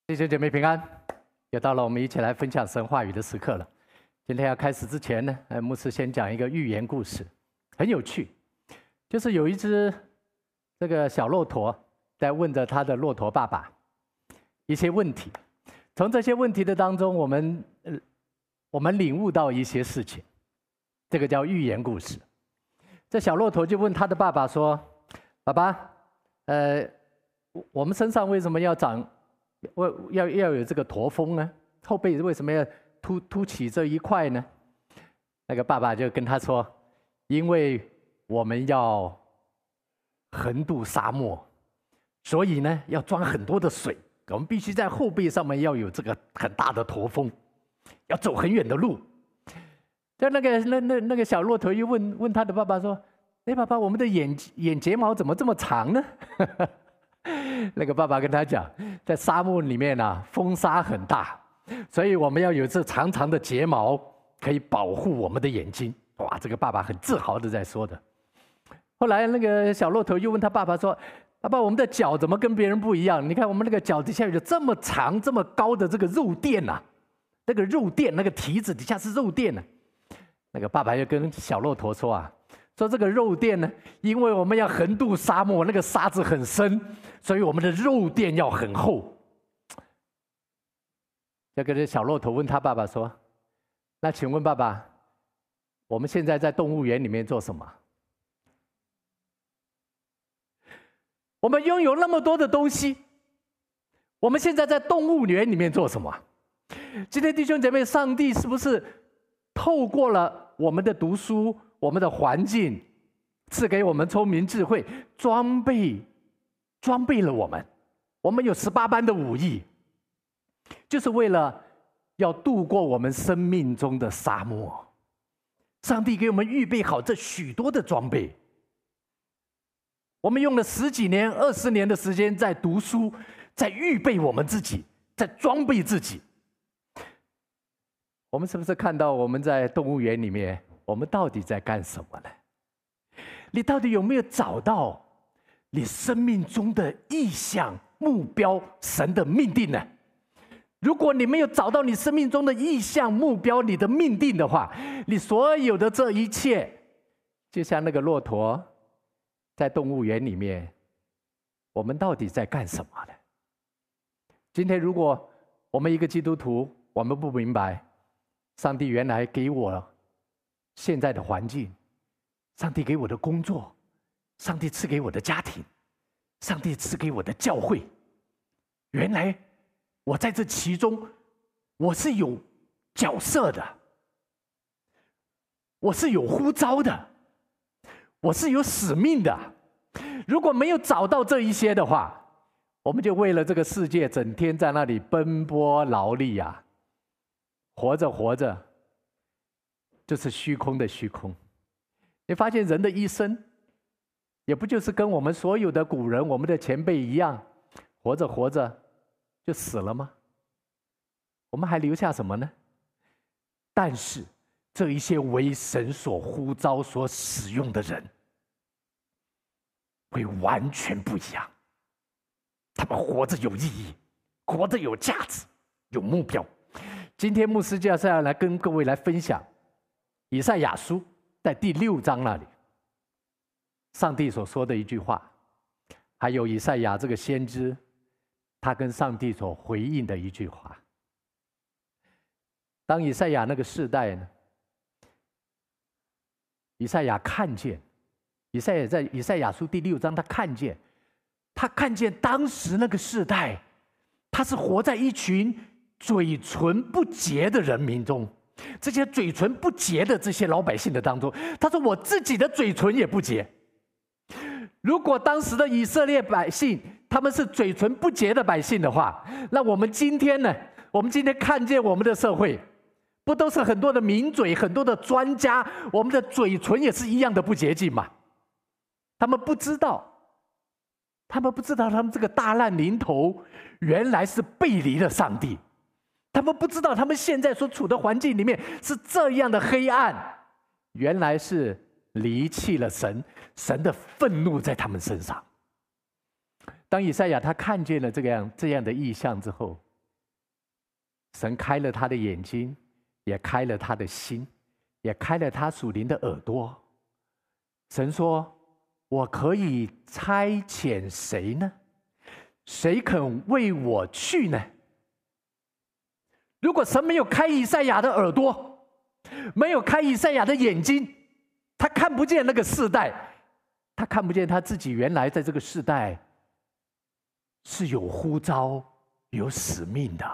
弟兄姐妹平安，又到了我们一起来分享神话语的时刻了。今天要开始之前呢，牧师先讲一个寓言故事，很有趣。就是有一只这个小骆驼在问着他的骆驼爸爸一些问题，从这些问题的当中，我们领悟到一些事情，这个叫寓言故事。这小骆驼就问他的爸爸说：“爸爸，我们身上为什么要有这个驼峰呢？后背为什么要凸起这一块呢？”那个爸爸就跟他说：“因为我们要横渡沙漠，所以呢要装很多的水，我们必须在后背上面要有这个很大的驼峰，要走很远的路。”在那个小骆驼又问他的爸爸说：“哎，爸爸，我们的眼睫毛怎么这么长呢？”那个爸爸跟他讲，在沙漠里面啊，风沙很大，所以我们要有这长长的睫毛，可以保护我们的眼睛。哇，这个爸爸很自豪的在说的。后来那个小骆驼又问他爸爸说：“爸爸，我们的脚怎么跟别人不一样？你看我们那个脚底下有这么长、这么高的这个肉垫呐，那个肉垫，那个蹄子底下是肉垫呢。”那个爸爸又跟小骆驼说啊，说这个肉垫呢，因为我们要横渡沙漠，那个沙子很深，所以我们的肉垫要很厚。这个小骆驼问他爸爸说：“那请问爸爸，我们现在在动物园里面做什么？我们拥有那么多的东西，我们现在在动物园里面做什么？”今天弟兄姐妹，上帝是不是透过了我们的读书、我们的环境，赐给我们聪明智慧，装备了我们？我们有18般的武艺，就是为了要度过我们生命中的沙漠。上帝给我们预备好这许多的装备，我们用了10几年、20年的时间在读书，在预备我们自己，在装备自己。我们是不是看到我们在动物园里面，我们到底在干什么呢？你到底有没有找到你生命中的意向、目标、神的命定呢？如果你没有找到你生命中的意向、目标、你的命定的话，你所有的这一切，就像那个骆驼在动物园里面，我们到底在干什么呢？今天如果我们一个基督徒，我们不明白上帝原来给我现在的环境，上帝给我的工作，上帝赐给我的家庭，上帝赐给我的教会，原来我在这其中我是有角色的，我是有呼召的，我是有使命的。如果没有找到这一些的话，我们就为了这个世界整天在那里奔波劳力啊，活着就是虚空的虚空。你发现人的一生也不就是跟我们所有的古人、我们的前辈一样，活着就死了吗？我们还留下什么呢？但是这一些为神所呼召、所使用的人，会完全不一样。他们活着有意义，活着有价值，有目标。今天牧师就是要来跟各位来分享以赛亚书在第6章那里上帝所说的一句话，还有以赛亚这个先知他跟上帝所回应的一句话。当以赛亚那个世代呢，以赛亚看见，在以赛亚书第6章，他看见当时那个世代，他是活在一群嘴唇不洁的人民中，这些嘴唇不洁的这些老百姓的当中，他说我自己的嘴唇也不洁。如果当时的以色列百姓他们是嘴唇不洁的百姓的话，那我们今天呢？我们今天看见我们的社会，不都是很多的名嘴、很多的专家，我们的嘴唇也是一样的不洁净嘛？他们不知道他们这个大难临头原来是背离了上帝，他们不知道他们现在所处的环境里面是这样的黑暗，原来是离弃了神，神的愤怒在他们身上。当以赛亚他看见了这样的异象之后， 神开了他的眼睛，也开了他的心，也开了他属灵的耳朵。神说：“我可以差遣谁呢？谁肯为我去呢？”如果神没有开以赛亚的耳朵，没有开以赛亚的眼睛，他看不见那个世代，他看不见他自己原来在这个世代是有呼召、有使命的。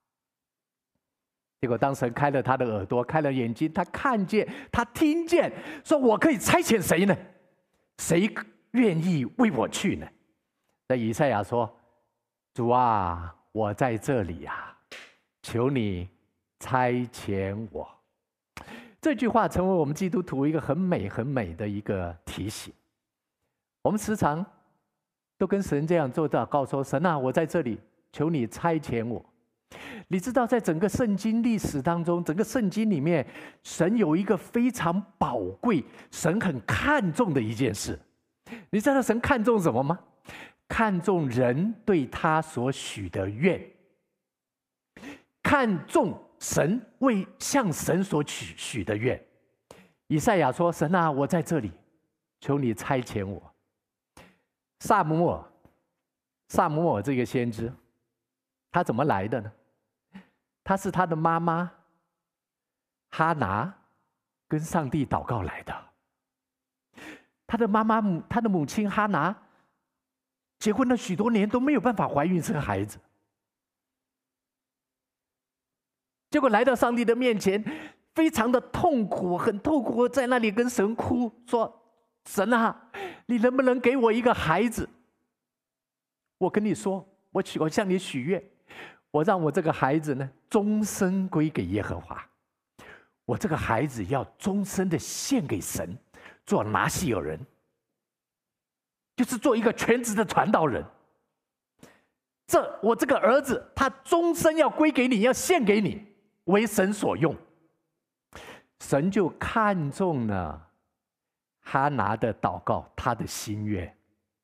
结果当神开了他的耳朵，开了眼睛，他看见，他听见，说我可以差遣谁呢？谁愿意为我去呢？在以赛亚说：“主啊，我在这里呀，求你差遣我。”这句话成为我们基督徒一个很美很美的一个提醒。我们时常都跟神这样做祷告说：“神啊，我在这里，求你差遣我。”你知道，在整个圣经历史当中，整个圣经里面，神有一个非常宝贵、神很看重的一件事。你知道神看重什么吗？看重人对他所许的愿，看重神为向神所许的愿。以赛亚说：“神啊，我在这里，求你差遣我。”撒母耳这个先知，他怎么来的呢？他是他的妈妈哈拿跟上帝祷告来的。他的母亲哈拿结婚了许多年都没有办法怀孕生孩子，结果来到上帝的面前，非常的痛苦，很痛苦，在那里跟神哭说：“神啊，你能不能给我一个孩子？我跟你说，我向你许愿，我让我这个孩子呢，终身归给耶和华。我这个孩子要终身的献给神，做拿细耳人，就是做一个全职的传道人。我这个儿子，他终身要归给你，要献给你，为神所用。”神就看中了哈拿的祷告，他的心愿，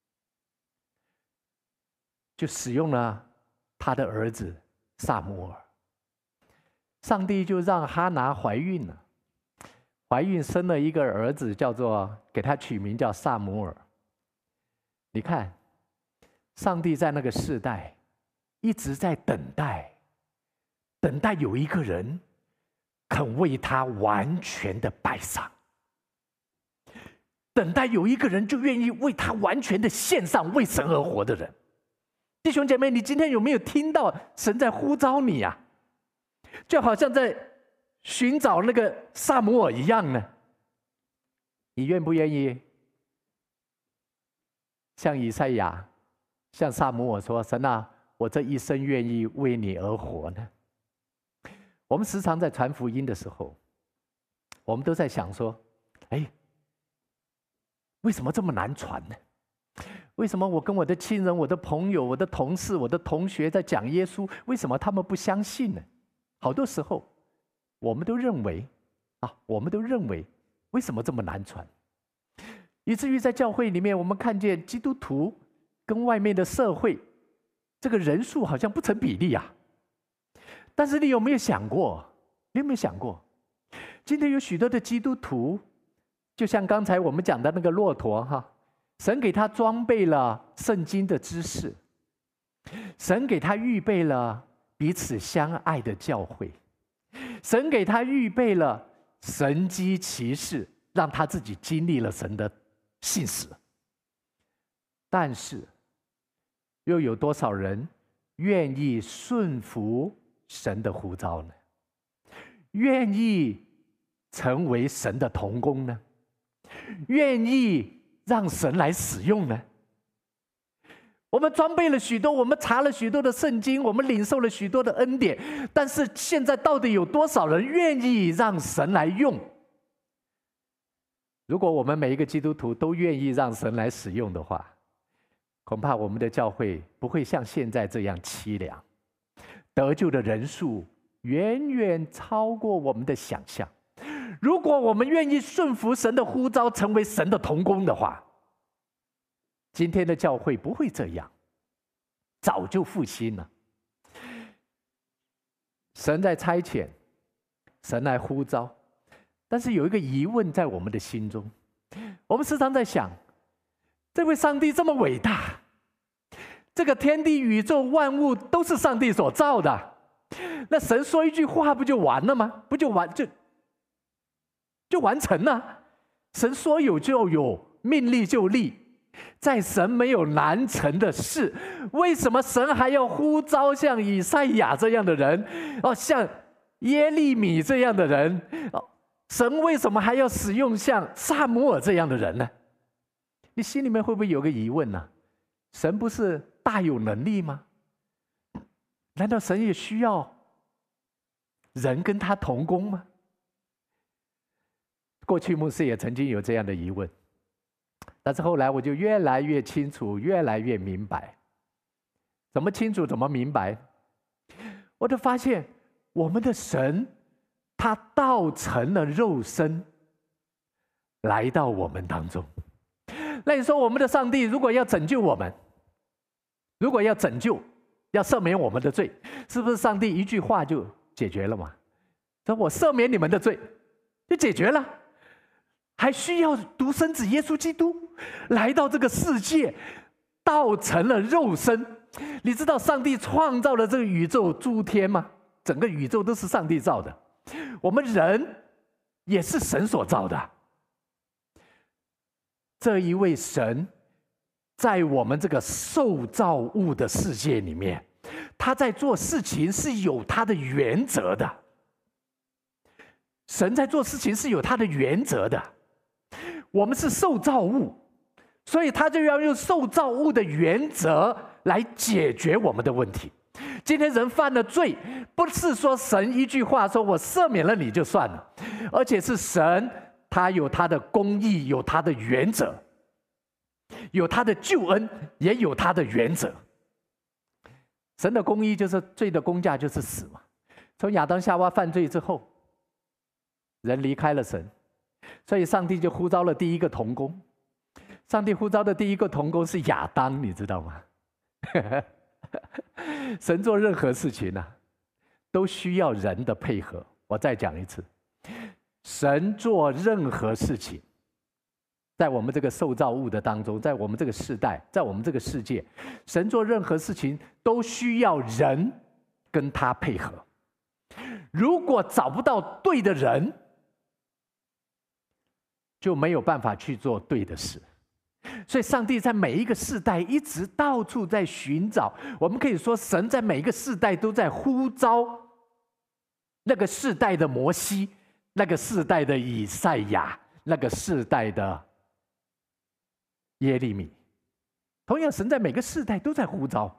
就使用了他的儿子撒母耳。上帝就让哈拿怀孕了，怀孕生了一个儿子，给他取名叫撒母耳。你看，上帝在那个世代一直在等待有一个人肯为他完全的摆上，等待有一个人就愿意为他完全的献上，为神而活的人。弟兄姐妹，你今天有没有听到神在呼召你啊？就好像在寻找那个撒母耳一样呢。你愿不愿意像以赛亚、像撒母耳说：“神啊，我这一生愿意为你而活呢？”我们时常在传福音的时候，我们都在想说：“为什么这么难传呢？为什么我跟我的亲人、我的朋友、我的同事、我的同学在讲耶稣，为什么他们不相信呢？”好多时候，我们都认为，为什么这么难传？以至于在教会里面，我们看见基督徒跟外面的社会，这个人数好像不成比例啊。但是你有没有想过？今天有许多的基督徒，就像刚才我们讲的那个骆驼哈，神给他装备了圣经的知识，神给他预备了彼此相爱的教会，神给他预备了神机骑士，让他自己经历了神的信实。但是，又有多少人愿意顺服神的呼召呢？愿意成为神的同工呢？愿意让神来使用呢？我们装备了许多，我们查了许多的圣经，我们领受了许多的恩典，但是现在到底有多少人愿意让神来用？如果我们每一个基督徒都愿意让神来使用的话，恐怕我们的教会不会像现在这样凄凉，得救的人数远远超过我们的想象。如果我们愿意顺服神的呼召，成为神的同工的话，今天的教会不会这样，早就复兴了。 神在差遣，神来呼召，但是有一个疑问在我们的心中，我们时常在想，这位上帝这么伟大，这个天地宇宙万物都是上帝所造的，那神说一句话不就完了吗？不就完成了？神说有就有，命立就立，在神没有难成的事。为什么神还要呼召像以赛亚这样的人，像耶利米这样的人？神为什么还要使用像撒母耳这样的人呢？你心里面会不会有个疑问呢？神不是大有能力吗？难道神也需要人跟他同工吗？过去牧师也曾经有这样的疑问，但是后来我就越来越清楚，越来越明白。怎么清楚，怎么明白？我就发现我们的神，他道成了肉身，来到我们当中。那你说我们的上帝如果要拯救我们，如果要拯救，要赦免我们的罪，是不是上帝一句话就解决了吗？说我赦免你们的罪，就解决了。还需要独生子耶稣基督来到这个世界，道成了肉身。你知道上帝创造了这个宇宙诸天吗？整个宇宙都是上帝造的，我们人也是神所造的。这一位神在我们这个受造物的世界里面，他在做事情是有他的原则的。神在做事情是有他的原则的。我们是受造物，所以他就要用受造物的原则来解决我们的问题。今天人犯了罪，不是说神一句话说我赦免了你就算了，而且是神他有他的公义，有他的原则，有他的救恩，也有他的原则。神的公义就是罪的公价就是死嘛。从亚当夏娃犯罪之后，人离开了神，所以上帝就呼召了第一个同工。上帝呼召的第一个同工是亚当，你知道吗？神做任何事情都需要人的配合。我再讲一次，神做任何事情，在我们这个受造物的当中，在我们这个世代，在我们这个世界，神做任何事情都需要人跟他配合。如果找不到对的人，就没有办法去做对的事。所以上帝在每一个世代一直到处在寻找，我们可以说神在每一个世代都在呼召那个世代的摩西，那个世代的以赛亚，那个世代的耶利米。同样神在每个世代都在呼召。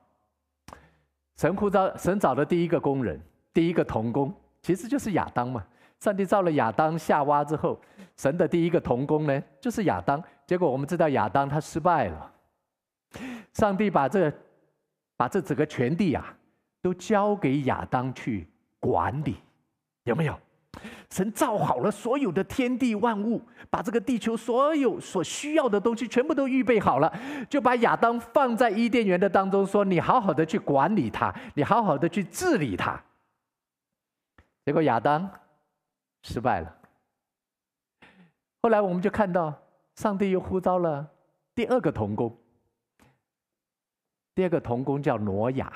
神找的第一个工人，第一个同工其实就是亚当嘛。上帝造了亚当夏娃之后，神的第一个同工呢就是亚当。结果我们知道亚当他失败了，上帝把这整个权地都交给亚当去管理，有没有？神造好了所有的天地万物，把这个地球所有所需要的东西全部都预备好了，就把亚当放在伊甸园的当中，说你好好的去管理它，你好好的去治理它。结果亚当失败了。后来我们就看到上帝又呼召了第二个同工，第二个同工叫挪亚。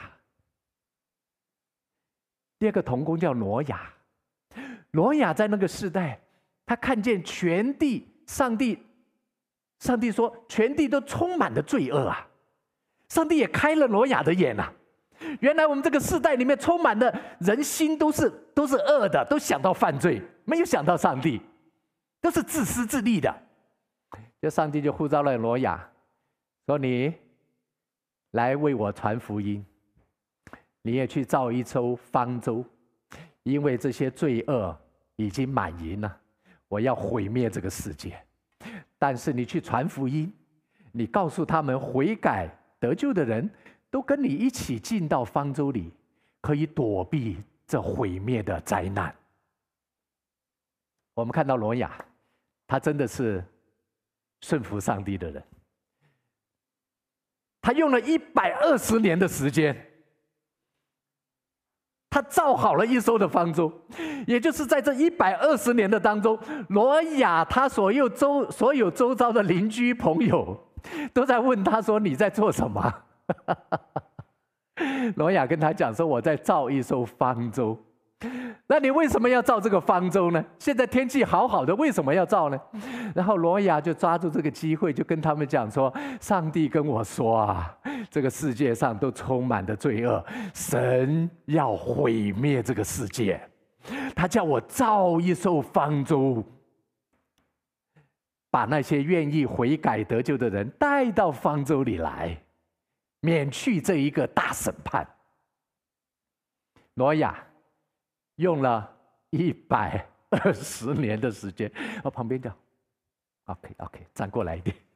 第二个同工叫挪亚。挪亚在那个时代，他看见全地，上帝说全地都充满了罪恶啊。上帝也开了挪亚的眼啊，原来我们这个世代里面充满了人心都是恶的，都想到犯罪，没有想到上帝，都是自私自利的。就上帝就呼召了挪亚，说你来为我传福音，你也去造一艘方舟，因为这些罪恶已经满盈了，我要毁灭这个世界。但是你去传福音，你告诉他们悔改得救的人都跟你一起进到方舟里，可以躲避这毁灭的灾难。我们看到挪亚，他真的是顺服上帝的人。他用了120年的时间， 他造好了一艘的方舟，也就是在这120年的当中，挪亚他所有周遭的邻居朋友都在问他说：“你在做什么？”挪亚跟他讲说：“我在造一艘方舟。”那你为什么要造这个方舟呢？现在天气好好的，为什么要造呢？然后挪亚就抓住这个机会，就跟他们讲说：“上帝跟我说啊，这个世界上都充满了罪恶，神要毁灭这个世界，他叫我造一艘方舟，把那些愿意悔改得救的人带到方舟里来，免去这一个大审判。”挪亚用了120年的时间。旁边讲 ，OK， 站过来一点。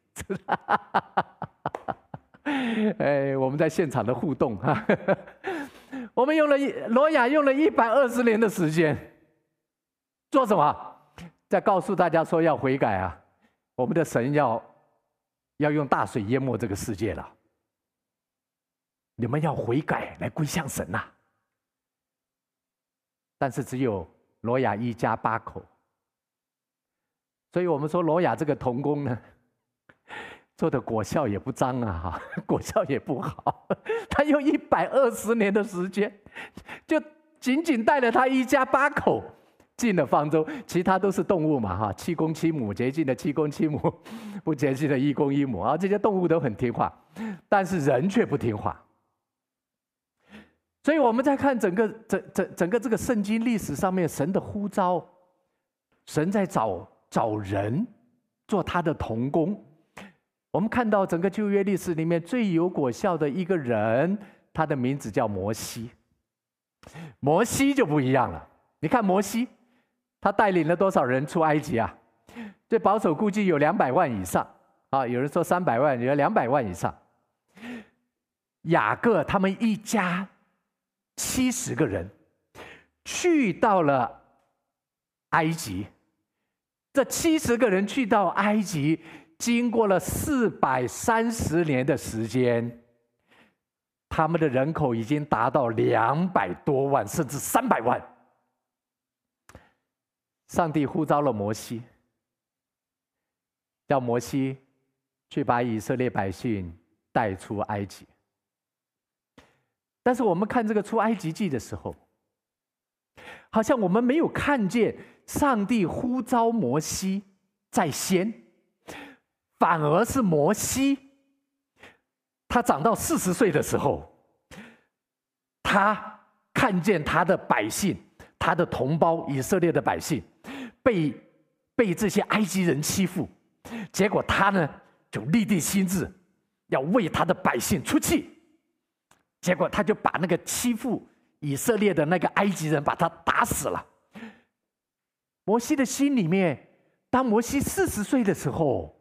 我们在现场的互动哈，我们挪亚用了120年的时间，做什么？在告诉大家说要悔改啊！我们的神要用大水淹没这个世界了，你们要悔改来归向神呐！但是只有挪亚一家8口，所以我们说挪亚这个童工呢，做的果效也不彰啊，果效也不好。他用120年的时间，就仅仅带了他一家8口进了方舟，其他都是动物嘛，7公7母，洁净的7公7母，不洁净的1公1母啊，这些动物都很听话，但是人却不听话。所以我们在看整个这个圣经历史上面，神的呼召，神在找人做他的同工。我们看到整个旧约历史里面最有果效的一个人，他的名字叫摩西。摩西就不一样了，你看摩西，他带领了多少人出埃及啊？最保守估计有200万以上啊，有人说300万，有200万以上。雅各他们一家70个人去到了埃及，这70个人去到埃及，经过了430年的时间，他们的人口已经达到200多万，甚至300万。上帝呼召了摩西，叫摩西去把以色列百姓带出埃及。但是我们看这个出埃及记的时候，好像我们没有看见上帝呼召摩西在先，反而是摩西他长到40岁的时候，他看见他的百姓，他的同胞以色列的百姓被这些埃及人欺负，结果他呢就立定心志要为他的百姓出气。结果他就把那个欺负以色列的那个埃及人把他打死了。摩西的心里面，当摩西40岁的时候，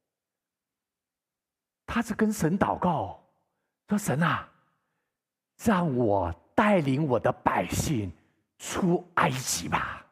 他是跟神祷告说：“神啊，让我带领我的百姓出埃及吧。”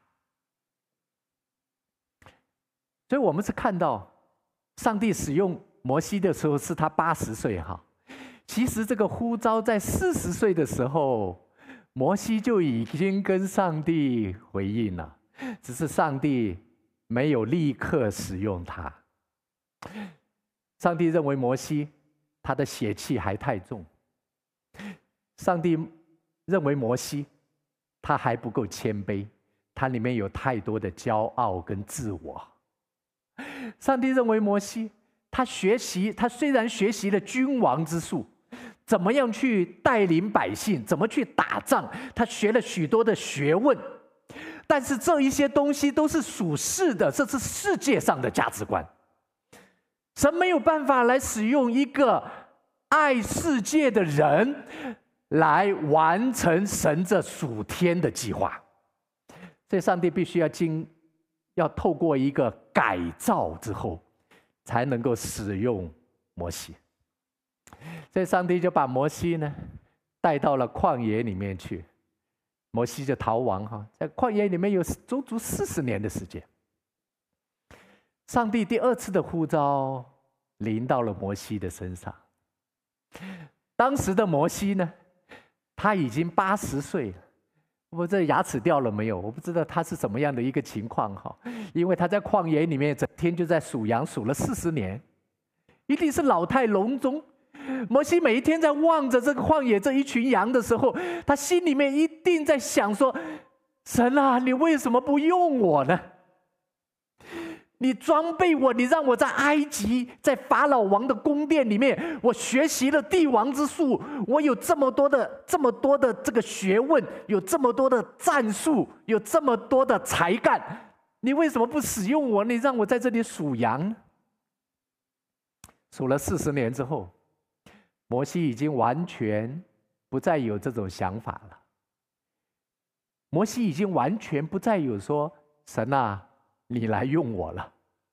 所以我们是看到上帝使用摩西的时候是他80岁哈。其实这个呼召在40岁的时候，摩西就已经跟上帝回应了，只是上帝没有立刻使用他。上帝认为摩西他的血气还太重，上帝认为摩西他还不够谦卑，他里面有太多的骄傲跟自我。上帝认为摩西他虽然学习了君王之术，怎么样去带领百姓，怎么去打仗，他学了许多的学问，但是这一些东西都是属世的，这是世界上的价值观。神没有办法来使用一个爱世界的人来完成神这属天的计划，所以上帝必须要透过一个改造之后，才能够使用摩西。所以上帝就把摩西呢带到了旷野里面去，摩西就逃亡哈，在旷野里面有足足40年的时间。上帝第2次的呼召临到了摩西的身上。当时的摩西呢，他已经80岁了， 我这牙齿掉了没有？我不知道他是什么样的一个情况哈，因为他在旷野里面整天就在数羊，数了40年，一定是老态龙钟。摩西每一天在望着这个旷野这一群羊的时候，他心里面一定在想说：神啊，你为什么不用我呢？你装备我，你让我在埃及，在法老王的宫殿里面，我学习了帝王之术，我有这么多的这个学问，有这么多的战术，有这么多的才干，你为什么不使用我？你让我在这里数羊？数了40年之后，摩西已经完全不再有这种想法了。摩西已经完全不再有说：神啊，你来用我了。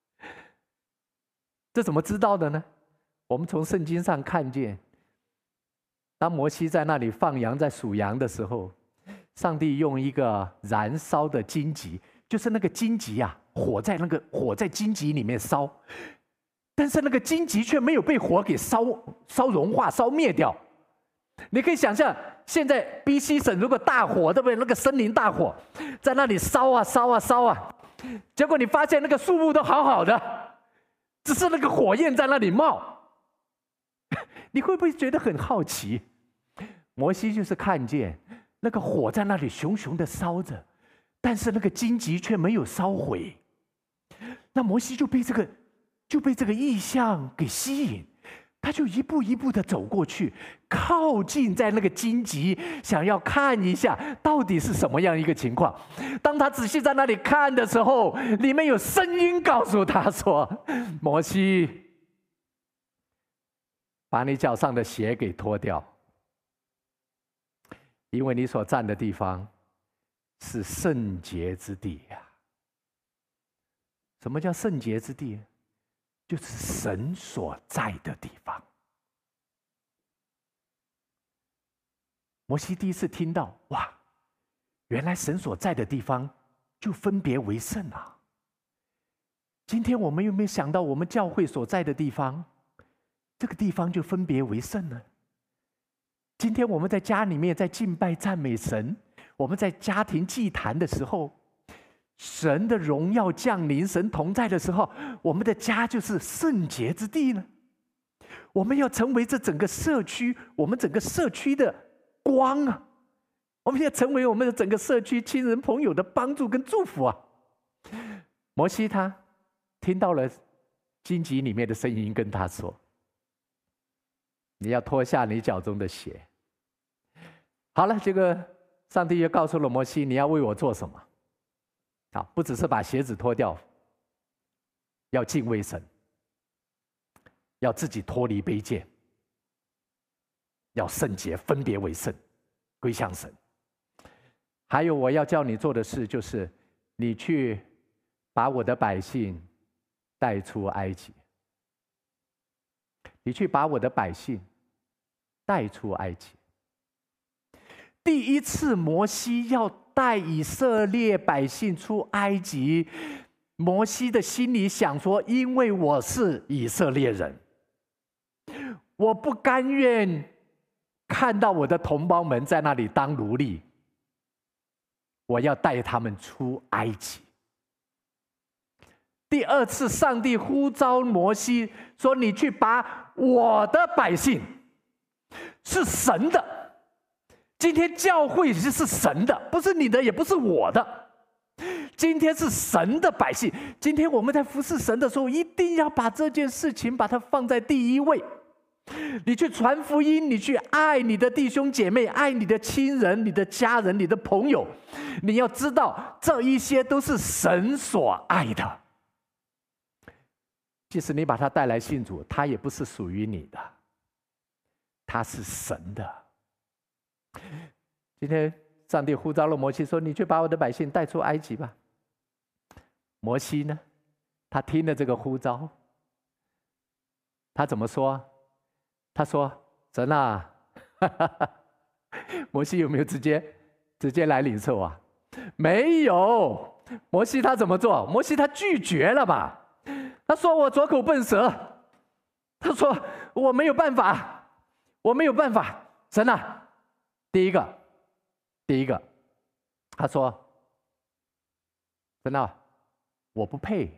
这怎么知道的呢？我们从圣经上看见，当摩西在那里放羊、在数羊的时候，上帝用一个燃烧的荆棘，就是那个荆棘啊，火在荆棘里面烧，但是那个荆棘却没有被火给烧融化、烧灭掉。你可以想象，现在 BC 省如果大火，对不对？那个森林大火在那里烧啊烧啊烧啊，结果你发现那个树木都好好的，只是那个火焰在那里冒。你会不会觉得很好奇？摩西就是看见那个火在那里熊熊的烧着，但是那个荆棘却没有烧毁。那摩西就被这个意象给吸引，他就一步一步的走过去，靠近在那个荆棘，想要看一下到底是什么样一个情况。当他仔细在那里看的时候，里面有声音告诉他说：摩西，把你脚上的鞋给脱掉，因为你所站的地方是圣洁之地呀。什么叫圣洁之地？就是神所在的地方。摩西第一次听到，哇，原来神所在的地方就分别为圣啊！今天我们有没有想到，我们教会所在的地方，这个地方就分别为圣呢？今天我们在家里面在敬拜赞美神，我们在家庭祭坛的时候，神的荣耀降临，神同在的时候，我们的家就是圣洁之地呢。我们要成为这整个社区，我们整个社区的光啊！我们要成为我们的整个社区亲人朋友的帮助跟祝福啊！摩西他听到了荆棘里面的声音，跟他说：你要脱下你脚中的鞋。好了，这个上帝又告诉了摩西，你要为我做什么？不只是把鞋子脱掉，要敬畏神，要自己脱离卑贱，要圣洁，分别为圣，归向神。还有我要叫你做的事，就是你去把我的百姓带出埃及。你去把我的百姓带出埃及。第一次摩西要带以色列百姓出埃及，摩西的心里想说：因为我是以色列人，我不甘愿看到我的同胞们在那里当奴隶，我要带他们出埃及。第二次，上帝呼召摩西说：你去把我的百姓，是神的。今天教会是神的，不是你的，也不是我的。今天是神的百姓。今天我们在服侍神的时候，一定要把这件事情把它放在第一位。你去传福音，你去爱你的弟兄姐妹，爱你的亲人、你的家人、你的朋友。你要知道，这一些都是神所爱的。即使你把他带来信主，他也不是属于你的，他是神的。今天上帝呼召了摩西说：你去把我的百姓带出埃及吧。摩西呢，他听了这个呼召，他怎么说？他说：神啊，摩西有没有直接来领受啊？没有。摩西他怎么做？摩西他拒绝了吧？他说：我左口笨舌。他说：我没有办法，我没有办法。神啊，第一个， 他说：“真的，我不配，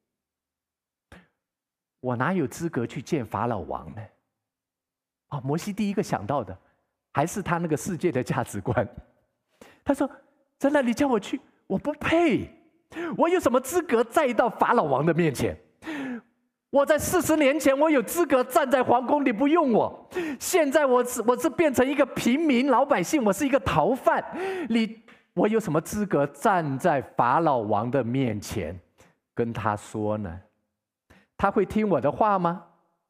我哪有资格去见法老王呢？”啊，摩西第一个想到的还是他那个世界的价值观。他说：“真的，你叫我去，我不配，我有什么资格再到法老王的面前？我在40年前，我有资格站在皇宫里不用我。现在我是变成一个平民老百姓，我是一个逃犯。我有什么资格站在法老王的面前跟他说呢？他会听我的话吗？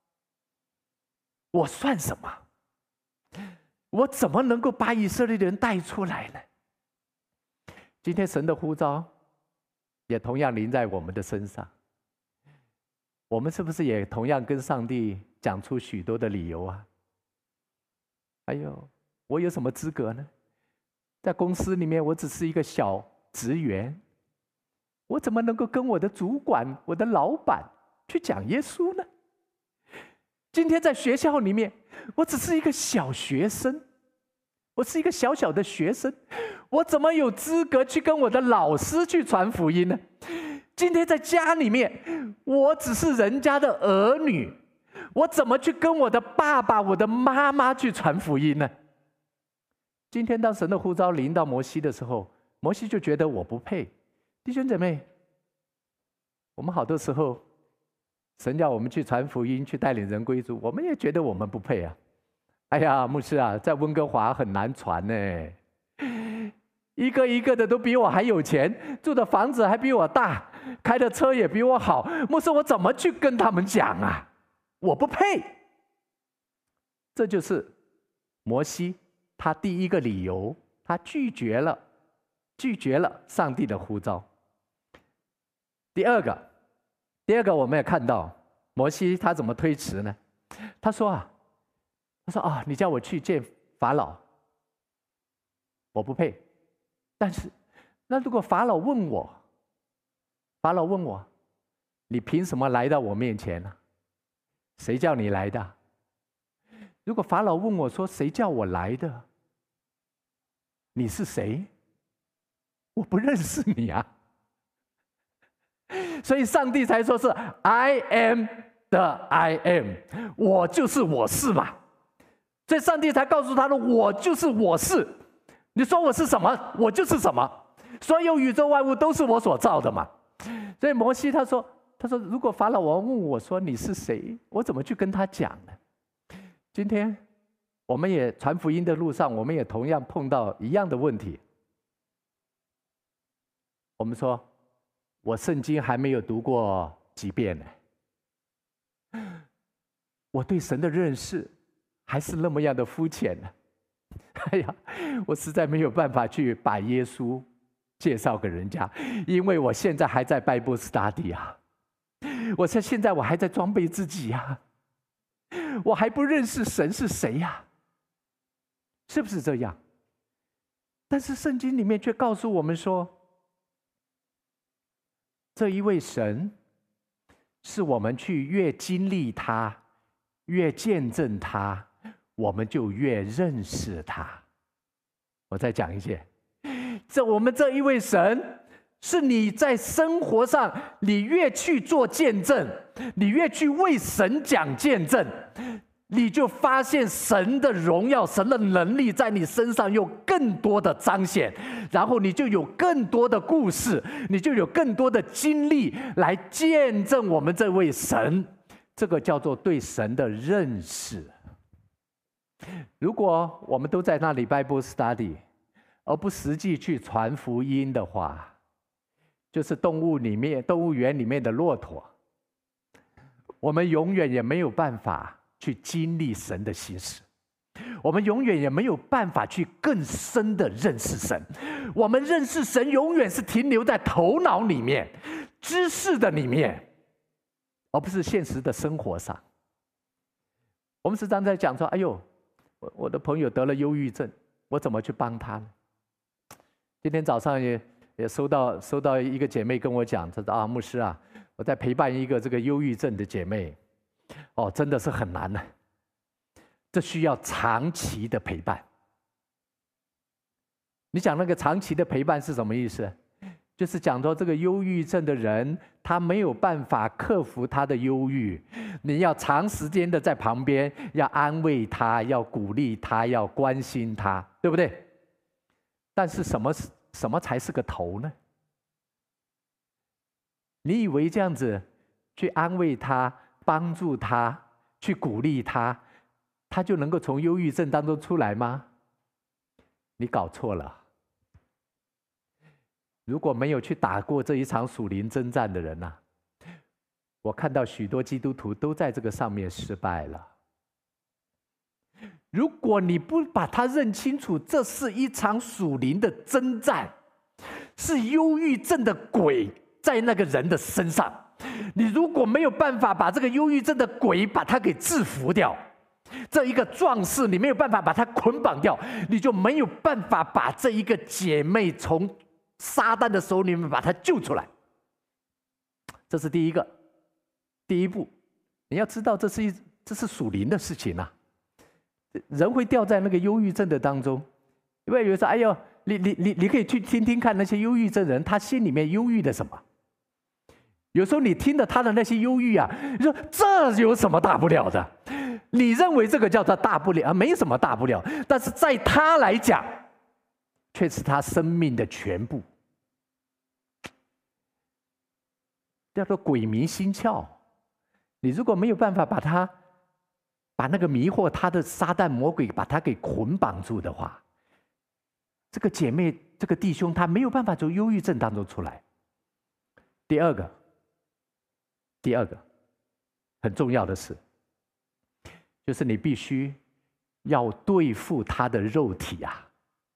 我算什么？我怎么能够把以色列人带出来呢？”今天神的呼召也同样临在我们的身上。我们是不是也同样跟上帝讲出许多的理由啊？哎呦，我有什么资格呢？在公司里面，我只是一个小职员，我怎么能够跟我的主管、我的老板去讲耶稣呢？今天在学校里面，我只是一个小学生，我是一个小小的学生，我怎么有资格去跟我的老师去传福音呢？今天在家里面，我只是人家的儿女，我怎么去跟我的爸爸、我的妈妈去传福音呢？今天当神的呼召临到摩西的时候，摩西就觉得我不配。弟兄姐妹，我们好多时候，神叫我们去传福音、去带领人归主，我们也觉得我们不配啊。哎呀，牧师啊，在温哥华很难传呢，一个一个的都比我还有钱，住的房子还比我大，开的车也比我好。牧师，我怎么去跟他们讲啊？我不配。这就是摩西他第一个理由，他拒绝了上帝的呼召。第二个我们也看到摩西他怎么推辞呢？他说啊，你叫我去见法老，我不配。但是，那如果法老问我，你凭什么来到我面前呢？谁叫你来的？如果法老问我说，谁叫我来的？你是谁？我不认识你啊。所以上帝才说是 I am the I am， 我就是我是嘛。所以上帝才告诉他的，我就是我是。你说我是什么，我就是什么。所有宇宙万物都是我所造的嘛。所以摩西他说，如果法老王问我说你是谁，我怎么去跟他讲呢？今天我们也传福音的路上，我们也同样碰到一样的问题。我们说，我圣经还没有读过几遍呢，我对神的认识还是那么样的肤浅呢。哎呀，我实在没有办法去把耶稣介绍给人家，因为我现在还在Bible study啊，现在我还在装备自己啊，我还不认识神是谁呀，是不是这样？但是圣经里面却告诉我们说，这一位神是我们去越经历他，越见证他，我们就越认识他。我再讲一遍，我们这一位神是你在生活上，你越去做见证，你越去为神讲见证，你就发现神的荣耀、神的能力在你身上有更多的彰显，然后你就有更多的故事，你就有更多的经历来见证我们这位神。这个叫做对神的认识。如果我们都在那里 Bible study， 而不实际去传福音的话，就是动物园里面的骆驼，我们永远也没有办法去经历神的心事，我们永远也没有办法去更深的认识神。我们认识神永远是停留在头脑里面、知识的里面，而不是现实的生活上。我们时常在讲说，哎呦，我的朋友得了忧郁症，我怎么去帮他呢？今天早上也收到一个姐妹跟我讲，她说啊，牧师啊，我在陪伴一个这个忧郁症的姐妹，哦，真的是很难呢，这需要长期的陪伴。 你讲那个长期的陪伴是什么意思？就是讲说这个忧郁症的人，他没有办法克服他的忧郁，你要长时间的在旁边，要安慰他，要鼓励他，要关心他，对不对？但是什么才是个头呢？你以为这样子去安慰他、帮助他、去鼓励他，他就能够从忧郁症当中出来吗？你搞错了。如果没有去打过这一场属灵征战的人啊，我看到许多基督徒都在这个上面失败了。如果你不把它认清楚，这是一场属灵的征战，是忧郁症的鬼在那个人的身上。你如果没有办法把这个忧郁症的鬼把它给制服掉，这一个壮士你没有办法把它捆绑掉，你就没有办法把这一个姐妹从撒旦的手里面把她救出来。这是第一步。你要知道这是属灵的事情啊。人会掉在那个忧郁症的当中，因为有人说：“哎呦，你可以去听听看那些忧郁症人，他心里面忧郁的什么？”有时候你听了他的那些忧郁啊，你说这有什么大不了的？你认为这个叫做大不了啊，没什么大不了，但是在他来讲，却是他生命的全部，叫做鬼迷心窍。你如果没有办法把那个迷惑他的撒旦魔鬼把他给捆绑住的话，这个姐妹这个弟兄他没有办法从忧郁症当中出来。第二个很重要的是，就是你必须要对付他的肉体啊，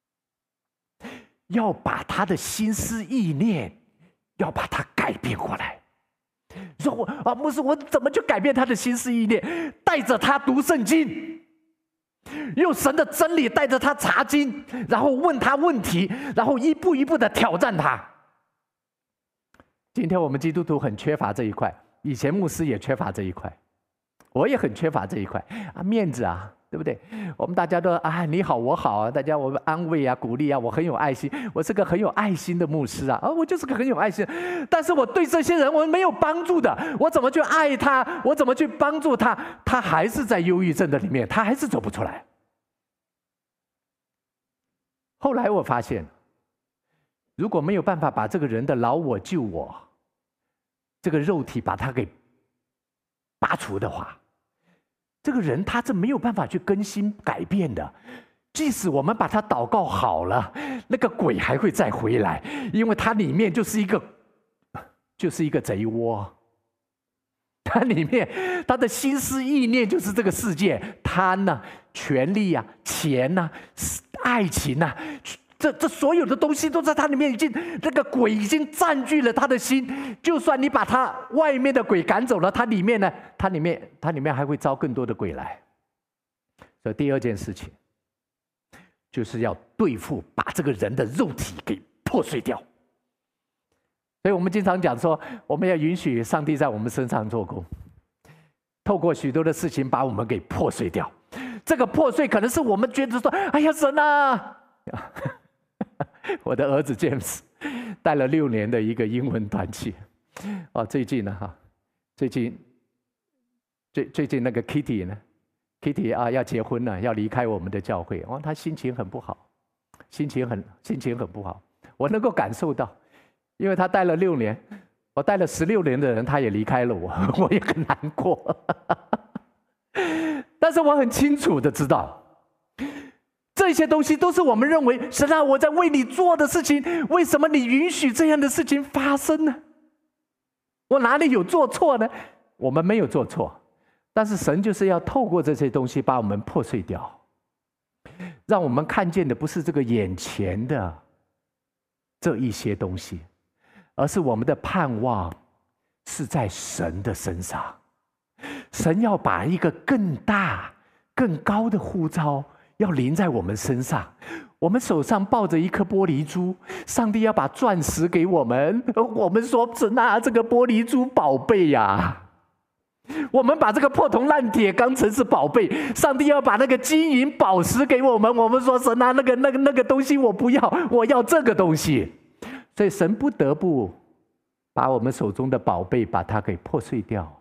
要把他的心思意念要把它改变过来。说牧师，我怎么去改变他的心思意念？带着他读圣经，用神的真理带着他查经，然后问他问题，然后一步一步的挑战他。今天我们基督徒很缺乏这一块，以前牧师也缺乏这一块，我也很缺乏这一块啊，面子啊，对不对？我们大家都啊，你好我好啊，大家我们安慰啊鼓励啊，我很有爱心，我是个很有爱心的牧师啊，我就是个很有爱心，但是我对这些人我没有帮助的，我怎么去爱他？我怎么去帮助他？他还是在忧郁症的里面，他还是走不出来。后来我发现，如果没有办法把这个人的老我救我，这个肉体把他给拔除的话，这个人他是没有办法去更新改变的。即使我们把他祷告好了，那个鬼还会再回来，因为他里面就是一个贼窝。他里面他的心思意念就是这个世界，贪啊、权力啊、钱啊、爱情啊，这所有的东西都在他里面，那个鬼已经占据了他的心。就算你把他外面的鬼赶走了，他里面呢，他里面还会招更多的鬼来。所以第二件事情，就是要对付把这个人的肉体给破碎掉。所以我们经常讲说，我们要允许上帝在我们身上做工，透过许多的事情把我们给破碎掉。这个破碎可能是我们觉得说：“哎呀，神啊！”我的儿子 James 带了6年的一个英文团契，最近呢最近那个 Kitty 啊要结婚了，要离开我们的教会，他心情很不好，心情很不好，我能够感受到，因为他带了6年，我带了16年的人，他也离开了我，我也很难过。但是我很清楚的知道，这些东西都是我们认为神啊，我在为你做的事情，为什么你允许这样的事情发生呢？我哪里有做错呢？我们没有做错，但是神就是要透过这些东西把我们破碎掉，让我们看见的不是这个眼前的这一些东西，而是我们的盼望是在神的身上。神要把一个更大更高的呼召要临在我们身上，我们手上抱着一颗玻璃珠，上帝要把钻石给我们，我们说神啊，这个玻璃珠宝贝呀， 我们把这个破铜烂铁当成是宝贝，上帝要把那个金银宝石给我们，我们说神啊，那个东西我不要，我要这个东西。所以神不得不把我们手中的宝贝把它给破碎掉，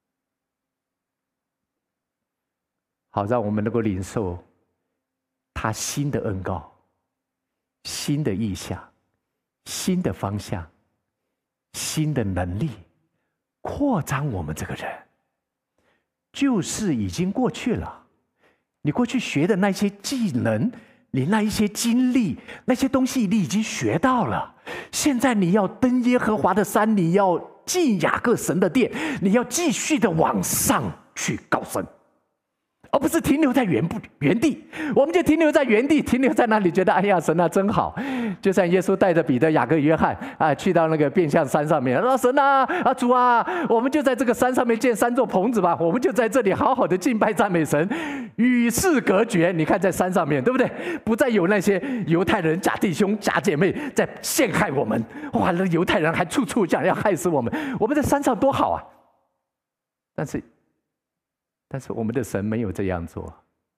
好让我们能够领受他新的恩膏、新的意象、新的方向、新的能力，扩张我们这个人。旧事已经过去了，你过去学的那些技能，你那一些经历，那些东西你已经学到了。现在你要登耶和华的山，你要进雅各神的殿，你要继续的往上去高升，而不是停留在原地。我们就停留在原地，停留在那里，觉得哎呀，神啊真好。就像耶稣带着彼得、雅各、约翰去到那个变相山上面，说神啊主啊，我们就在这个山上面建3座棚子吧，我们就在这里好好的敬拜赞美神，与世隔绝。你看在山上面，对不对？不再有那些犹太人假弟兄假姐妹在陷害我们，哇，那犹太人还处处想要害死我们，我们在山上多好啊！但是我们的神没有这样做，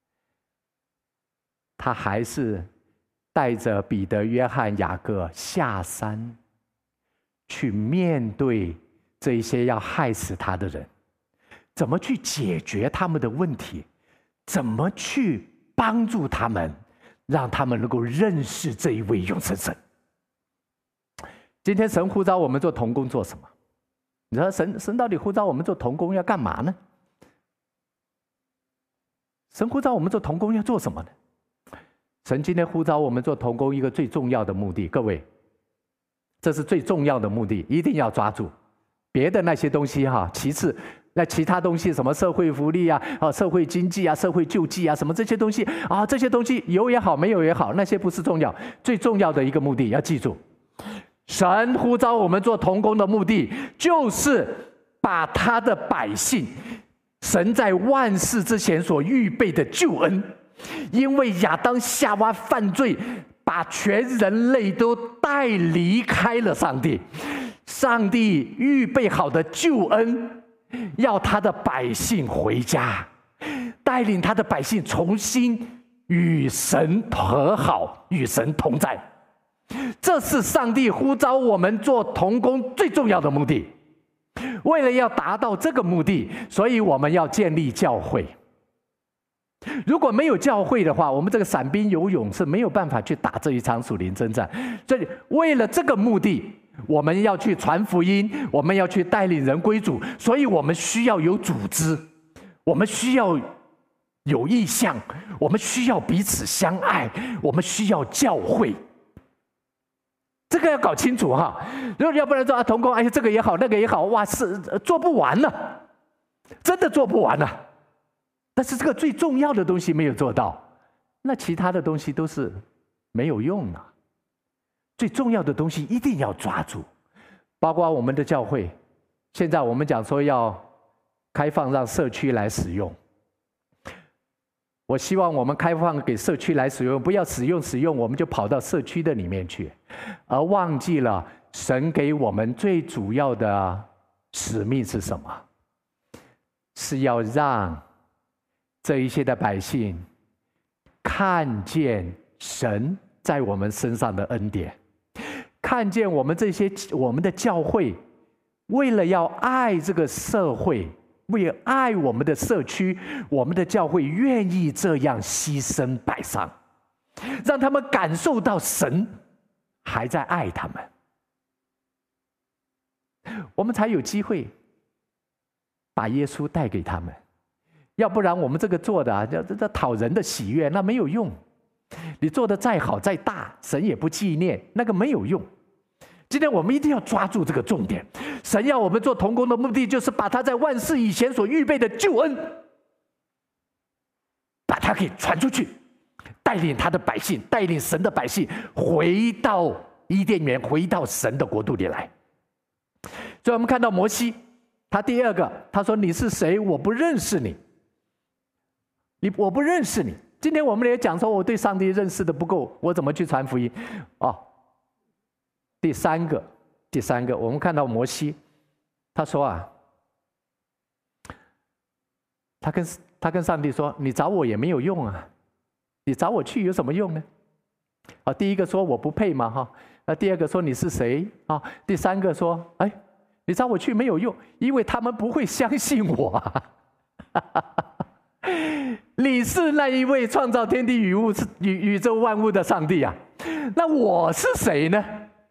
他还是带着彼得、约翰、雅各下山，去面对这一些要害死他的人，怎么去解决他们的问题，怎么去帮助他们，让他们能够认识这一位永生神。今天神呼召我们做同工做什么？你知道神到底呼召我们做同工要干嘛呢？神呼召我们做同工要做什么呢？神今天呼召我们做同工一个最重要的目的，各位，这是最重要的目的，一定要抓住。别的那些东西其次，那其他东西什么社会福利社会经济社会救济什么这些东西这些东西有也好没有也好，那些不是重要，最重要的一个目的要记住，神呼召我们做同工的目的，就是把他的百姓，神在万事之前所预备的救恩，因为亚当夏娃犯罪，把全人类都带离开了上帝，上帝预备好的救恩，要他的百姓回家，带领他的百姓重新与神和好，与神同在。这是上帝呼召我们做同工最重要的目的。为了要达到这个目的，所以我们要建立教会。如果没有教会的话，我们这个散兵游勇是没有办法去打这一场属灵征战。所以为了这个目的，我们要去传福音，我们要去带领人归主，所以我们需要有组织，我们需要有意向，我们需要彼此相爱，我们需要教会。这个要搞清楚如果要不然说同工，这个也好那个也好，哇，是做不完了，真的做不完了。但是这个最重要的东西没有做到，那其他的东西都是没有用的。最重要的东西一定要抓住，包括我们的教会。现在我们讲说要开放让社区来使用，我希望我们开放给社区来使用，不要使用我们就跑到社区的里面去，而忘记了神给我们最主要的使命是什么？是要让这一些的百姓看见神在我们身上的恩典，看见我们的教会为了要爱这个社会，为了爱我们的社区，我们的教会愿意这样牺牲摆上，让他们感受到神还在爱他们，我们才有机会把耶稣带给他们。要不然我们这个做的这讨人的喜悦，那没有用。你做的再好再大，神也不纪念，那个没有用。今天我们一定要抓住这个重点，神要我们做同工的目的，就是把他在万事以前所预备的救恩，把它给传出去，带领他的百姓，带领神的百姓回到伊甸园，回到神的国度里来。所以我们看到摩西，他第二个，他说你是谁？我不认识你，我不认识你。今天我们也讲说，我对上帝认识的不够，我怎么去传福音？第三个，我们看到摩西，他说他跟上帝说：“你找我也没有用啊，你找我去有什么用呢？”啊，第一个说我不配嘛，哈。那第二个说你是谁啊？第三个说，哎，你找我去没有用，因为他们不会相信我啊。你是那一位创造天地宇宙万物的上帝啊，那我是谁呢？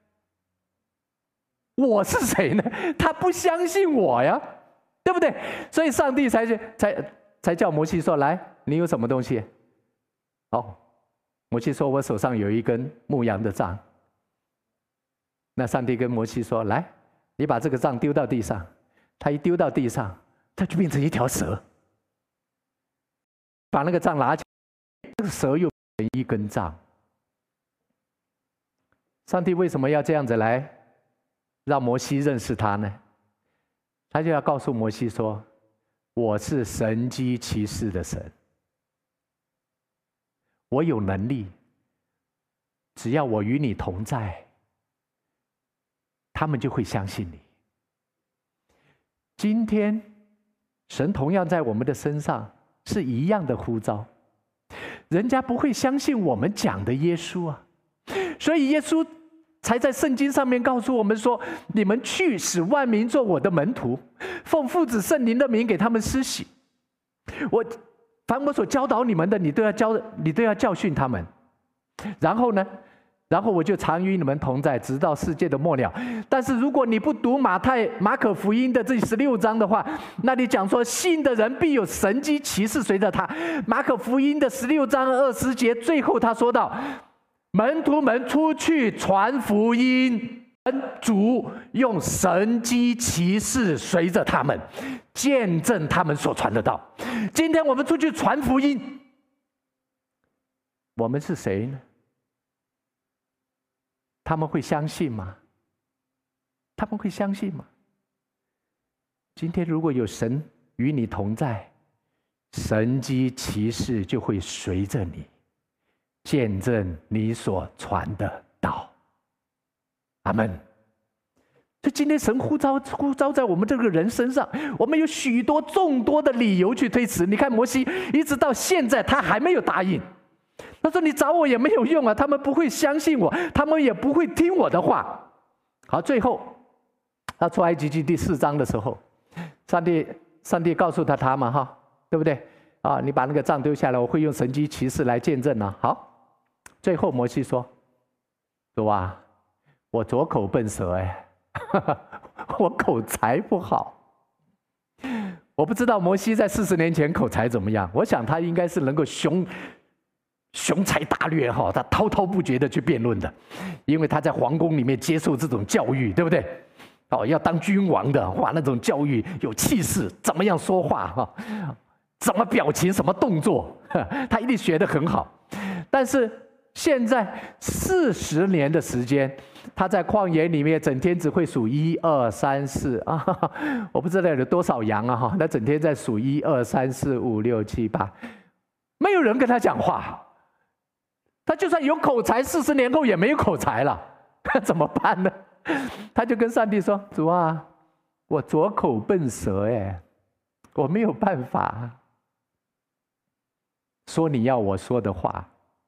我是谁呢？他不相信我呀，对不对？所以上帝才叫摩西说：“来，你有什么东西？”哦，摩西说：“我手上有一根牧羊的杖。”那上帝跟摩西说：“来，你把这个杖丢到地上。”他一丢到地上，它就变成一条蛇。把那个杖拿起来，这个蛇又变成一根杖。上帝为什么要这样子来让摩西认识他呢？他就要告诉摩西说：“我是神机骑士的神，我有能力，只要我与你同在，他们就会相信你。”今天，神同样在我们的身上是一样的呼召，人家不会相信我们讲的耶稣啊，所以耶稣才在圣经上面告诉我们说：“你们去，使万民做我的门徒，奉父子圣灵的名给他们施洗。凡我所教导你们的，你都要教训他们。然后呢？然后我就常与你们同在，直到世界的末了。但是如果你不读马可福音的这16章的话，那里讲说信的人必有神迹奇事随着他。马可福音的16章20节，最后他说到：门徒们出去传福音，主用神迹奇事随着他们，见证他们所传的道。今天我们出去传福音，我们是谁呢？他们会相信吗？他们会相信吗？今天如果有神与你同在，神迹奇事就会随着你，见证你所传的道。阿们。所以今天神呼召在我们这个人身上，我们有众多的理由去推辞。你看摩西一直到现在他还没有答应，他说：“你找我也没有用啊，他们不会相信我，他们也不会听我的话。”好，最后他出埃及记第4章的时候，上帝告诉他嘛，哈，对不对啊？你把那个杖丢下来，我会用神迹奇事来见证啊。好，最后摩西说：“主啊，我左口笨舌我口才不好。”我不知道摩西在40年前口才怎么样，我想他应该是能够雄才大略哈，他滔滔不绝的去辩论的，因为他在皇宫里面接受这种教育，对不对？哦，要当君王的，哇，那种教育有气势，怎么样说话哈，什么表情，什么动作，他一定学得很好。但是现在40年的时间，他在旷野里面整天只会数1、2、3、4啊，我不知道有多少羊啊哈，他整天在数1、2、3、4、5、6、7、8，没有人跟他讲话。他就算有口才，40年后也没有口才了，怎么办呢？他就跟上帝说：“主啊，我左口笨舌我没有办法说你要我说的话。”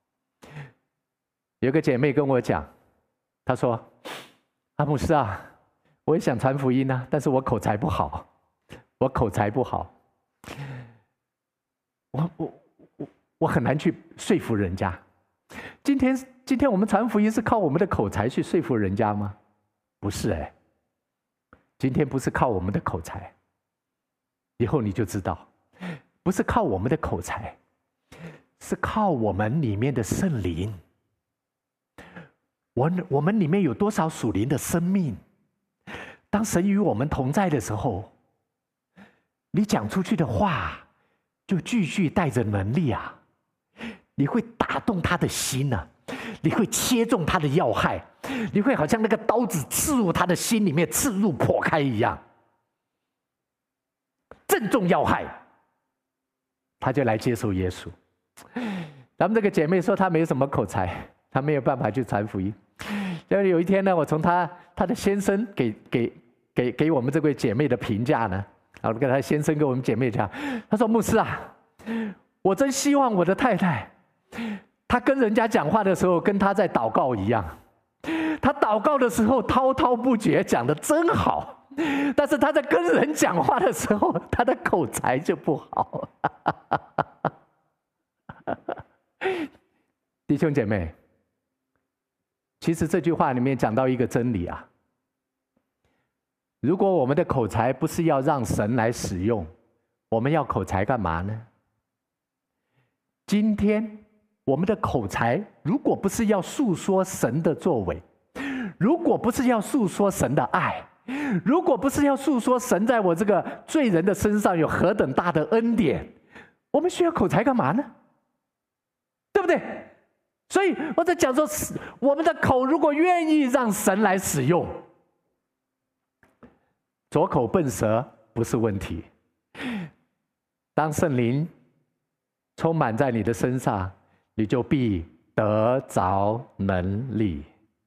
有个姐妹跟我讲，她说：“阿牧师啊，我也想传福音啊，但是我口才不好，我很难去说服人家。”今天我们传福音是靠我们的口才去说服人家吗？不是今天不是靠我们的口才，以后你就知道，不是靠我们的口才，是靠我们里面的圣灵。我们里面有多少属灵的生命？当神与我们同在的时候，你讲出去的话就继续带着能力啊！你会打动他的心啊，你会切中他的要害，你会好像那个刀子刺入他的心里面，刺入破开一样，正中要害，他就来接受耶稣。咱们这个姐妹说她没有什么口才，她没有办法去传福音。然后有一天呢，我从她的先生给我们这位姐妹的评价呢， 然后跟他先生跟我们姐妹讲，他说：“牧师啊，我真希望我的太太，她跟人家讲话的时候，跟她在祷告一样。她祷告的时候滔滔不绝，讲得真好。但是她在跟人讲话的时候，她的口才就不好。”弟兄姐妹，其实这句话里面讲到一个真理啊。如果我们的口才不是要让神来使用，我们要口才干嘛呢？今天我们的口才如果不是要诉说神的作为，如果不是要诉说神的爱，如果不是要诉说神在我这个罪人的身上有何等大的恩典，我们需要口才干嘛呢？对不对？所以我在讲说，我们的口如果愿意让神来使用，左口笨舌不是问题。当圣灵充满在你的身上，你就必得着能力。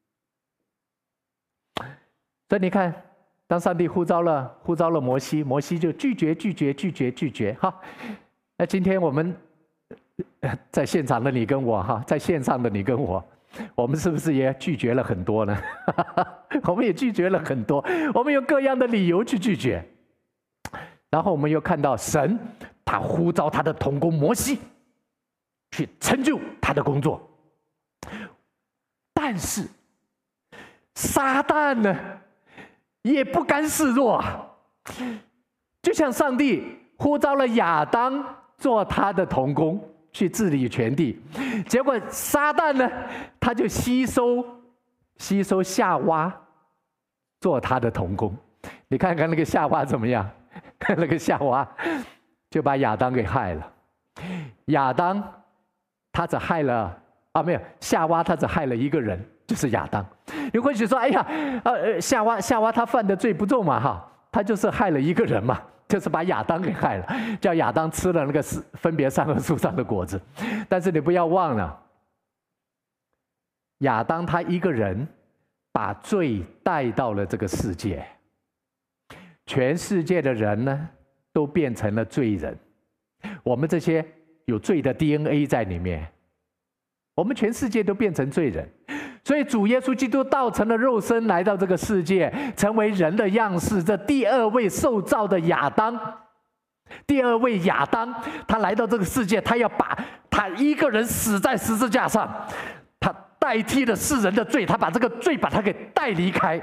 所以你看，当上帝呼召了摩西，摩西就拒绝。哈，那今天我们在现场的你跟我哈，在线上的你跟我们是不是也拒绝了很多呢？我们也拒绝了很多，我们有各样的理由去拒绝。然后我们又看到神，他呼召他的同工摩西去成就他的工作，但是撒旦呢，也不甘示弱啊。就像上帝呼召了亚当做他的同工，去治理全地，结果撒旦呢，他就吸收夏娃做他的同工。你看看那个夏娃怎么样？那个夏娃就把亚当给害了。亚当他只害了没有，夏娃他只害了一个人，就是亚当。你或许说，哎呀，夏娃他犯的罪不重嘛哈，他就是害了一个人嘛。就是把亚当给害了，叫亚当吃了那个分别善恶树上的果子。但是你不要忘了，亚当他一个人把罪带到了这个世界，全世界的人呢都变成了罪人。我们这些有罪的 DNA 在里面，我们全世界都变成罪人。所以主耶稣基督道成了肉身来到这个世界，成为人的样式。这第二位受造的亚当，他来到这个世界，他要把他一个人死在十字架上，他代替了世人的罪，他把这个罪把他给带离开。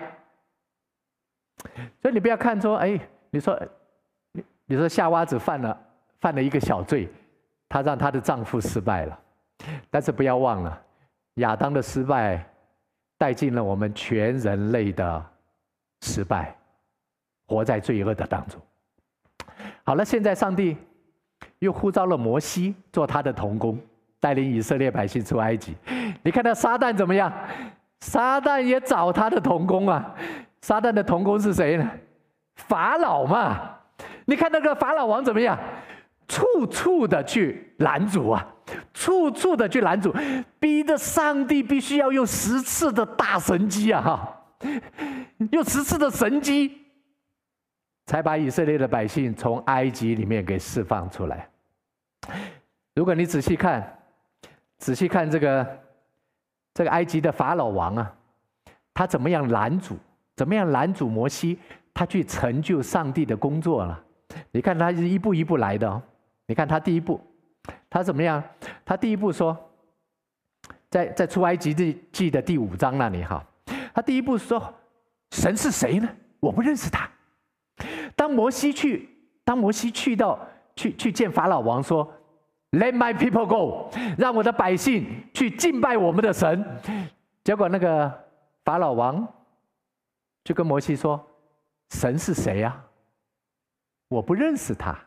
所以你不要看说，哎，你说夏娃子犯了一个小罪，她让她的丈夫失败了，但是不要忘了，亚当的失败带进了我们全人类的失败，活在罪恶的当中。好了，现在上帝又呼召了摩西做他的同工，带领以色列百姓出埃及。你看到撒旦怎么样？撒旦也找他的同工啊。撒旦的同工是谁呢？法老嘛。你看那个法老王怎么样？处处的去拦阻啊，处处的去拦阻，逼得上帝必须要用10次的大神迹啊，哈，用10次的神迹，才把以色列的百姓从埃及里面给释放出来。如果你仔细看这个埃及的法老王啊，他怎么样拦阻摩西，他去成就上帝的工作了。你看他是一步一步来的哦。你看他第一步，他怎么样？他第一步说，在出埃及记的第5章那里哈，他第一步说，神是谁呢？我不认识他。当摩西去见法老王说 ，Let my people go， 让我的百姓去敬拜我们的神。结果那个法老王就跟摩西说，神是谁呀？我不认识他。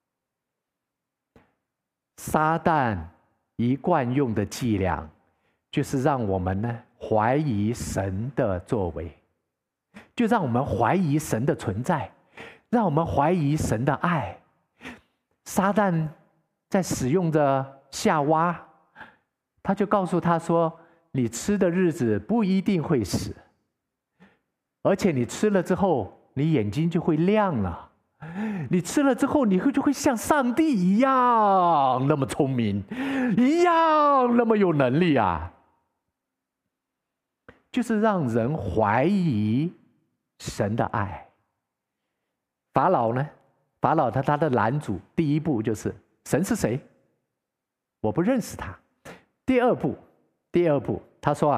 撒旦一贯用的伎俩，就是让我们呢怀疑神的作为，就让我们怀疑神的存在，让我们怀疑神的爱。撒旦在使用着夏娃，他就告诉他说：“你吃的日子不一定会死，而且你吃了之后，你眼睛就会亮了。 你吃了之后，你就会像上帝一样那么聪明，一样那么有能力啊！就是让人怀疑神的爱。法老呢？法老他的拦阻，第一步就是神是谁？我不认识他。第二步，他说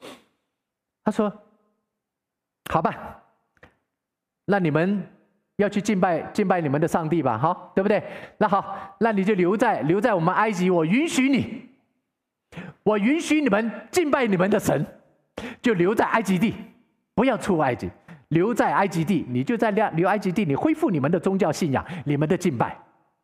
好吧，那你们要去敬拜你们的上帝吧，好，对不对？那好，那你就留在我们埃及，我允许你们敬拜你们的神，就留在埃及地，不要出埃及，留在埃及地，你就在留埃及地，你恢复你们的宗教信仰，你们的敬拜。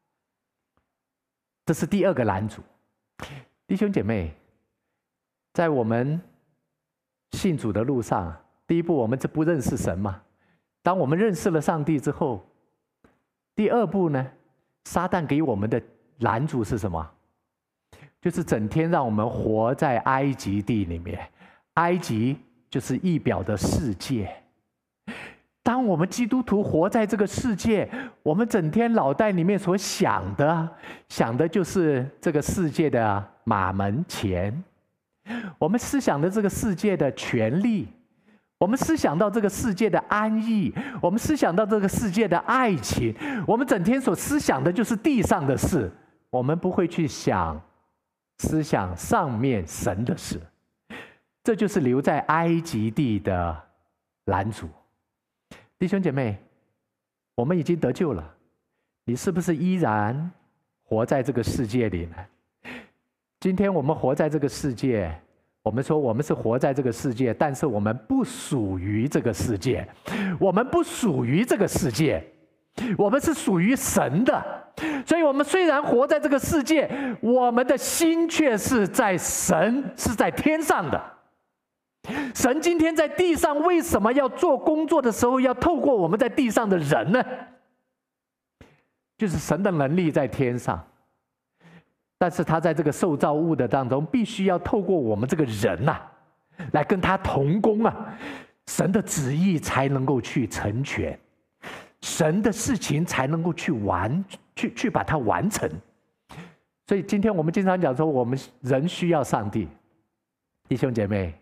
这是第二个拦阻。弟兄姐妹，在我们信主的路上，第一步我们是不认识神嘛。当我们认识了上帝之后，第二步呢，撒旦给我们的拦阻是什么？就是整天让我们活在埃及地里面。埃及就是仪表的世界。当我们基督徒活在这个世界，我们整天脑袋里面所想的就是这个世界的马门钱，我们思想的这个世界的权利，我们思想到这个世界的安逸，我们思想到这个世界的爱情，我们整天所思想的就是地上的事，我们不会去思想上面神的事。这就是留在埃及地的拦阻。弟兄姐妹，我们已经得救了，你是不是依然活在这个世界里呢？今天我们活在这个世界，我们说我们是活在这个世界，但是我们不属于这个世界，我们不属于这个世界，我们是属于神的。所以我们虽然活在这个世界，我们的心却是在神，是在天上的。神今天在地上为什么要做工作的时候，要透过我们在地上的人呢？就是神的能力在天上，但是他在这个受造物的当中，必须要透过我们这个人来跟他同工神的旨意才能够去成全，神的事情才能够去把它完成。所以今天我们经常讲说，我们人需要上帝。弟兄姐妹，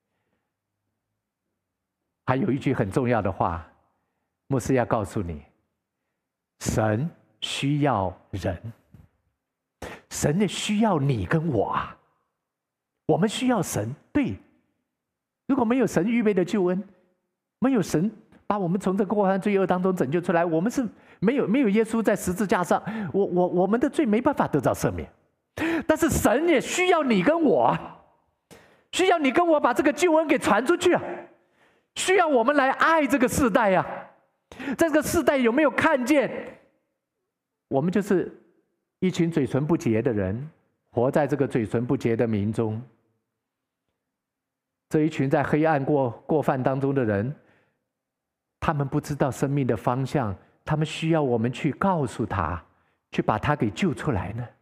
还有一句很重要的话，牧师要告诉你：神需要人，神也需要你跟我我们需要神。对，如果没有神预备的救恩，没有神把我们从这个过犯罪恶当中拯救出来，我们是没有耶稣在十字架上，我们的罪没办法得到赦免。但是神也需要你跟我，需要你跟我把这个救恩给传出去需要我们来爱这个世代这个世代有没有看见？我们就是一群嘴唇不洁的人，活在这个嘴唇不洁的民中。这一群在黑暗过犯当中的人，他们不知道生命的方向，他们需要我们去告诉他，去把他给救出来呢。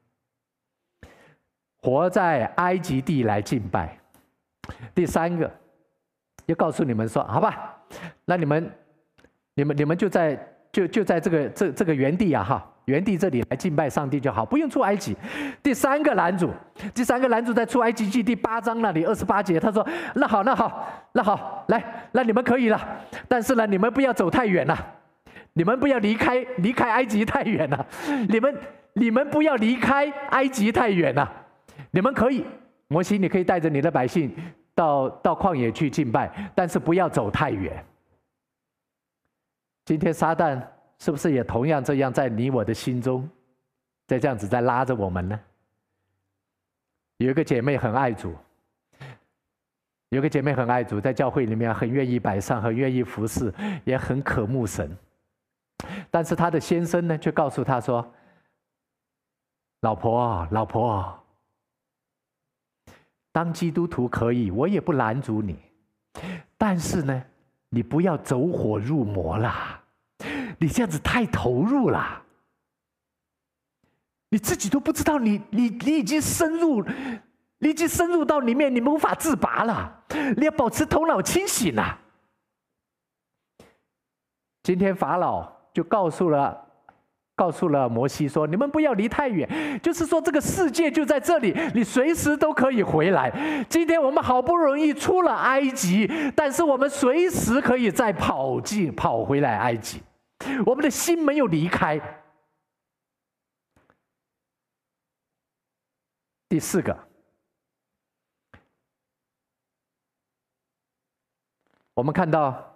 活在埃及地来敬拜。第三个，要告诉你们说，好吧，那你们就在这个原地原地这里来敬拜上帝就好，不用出埃及。第三个拦阻在出埃及记第8章那里28节，他说：那好，来，那你们可以了，但是呢，你们不要走太远了，你们不要离开埃及太远了，你们不要离开埃及太远了，你们可以，摩西，你可以带着你的百姓到旷野去敬拜，但是不要走太远。今天撒旦是不是也同样这样在你我的心中，在这样子在拉着我们呢？有一个姐妹很爱主，在教会里面很愿意摆上，很愿意服侍，也很渴慕神。但是她的先生呢，却告诉她说：老婆，当基督徒可以，我也不拦阻你，但是呢，你不要走火入魔啦，你这样子太投入了，你自己都不知道你已经深入到里面，你无法自拔了，你要保持头脑清醒今天法老就告诉了摩西说：“你们不要离太远，就是说这个世界就在这里，你随时都可以回来。今天我们好不容易出了埃及，但是我们随时可以再跑回来埃及，我们的心没有离开。”第4个，我们看到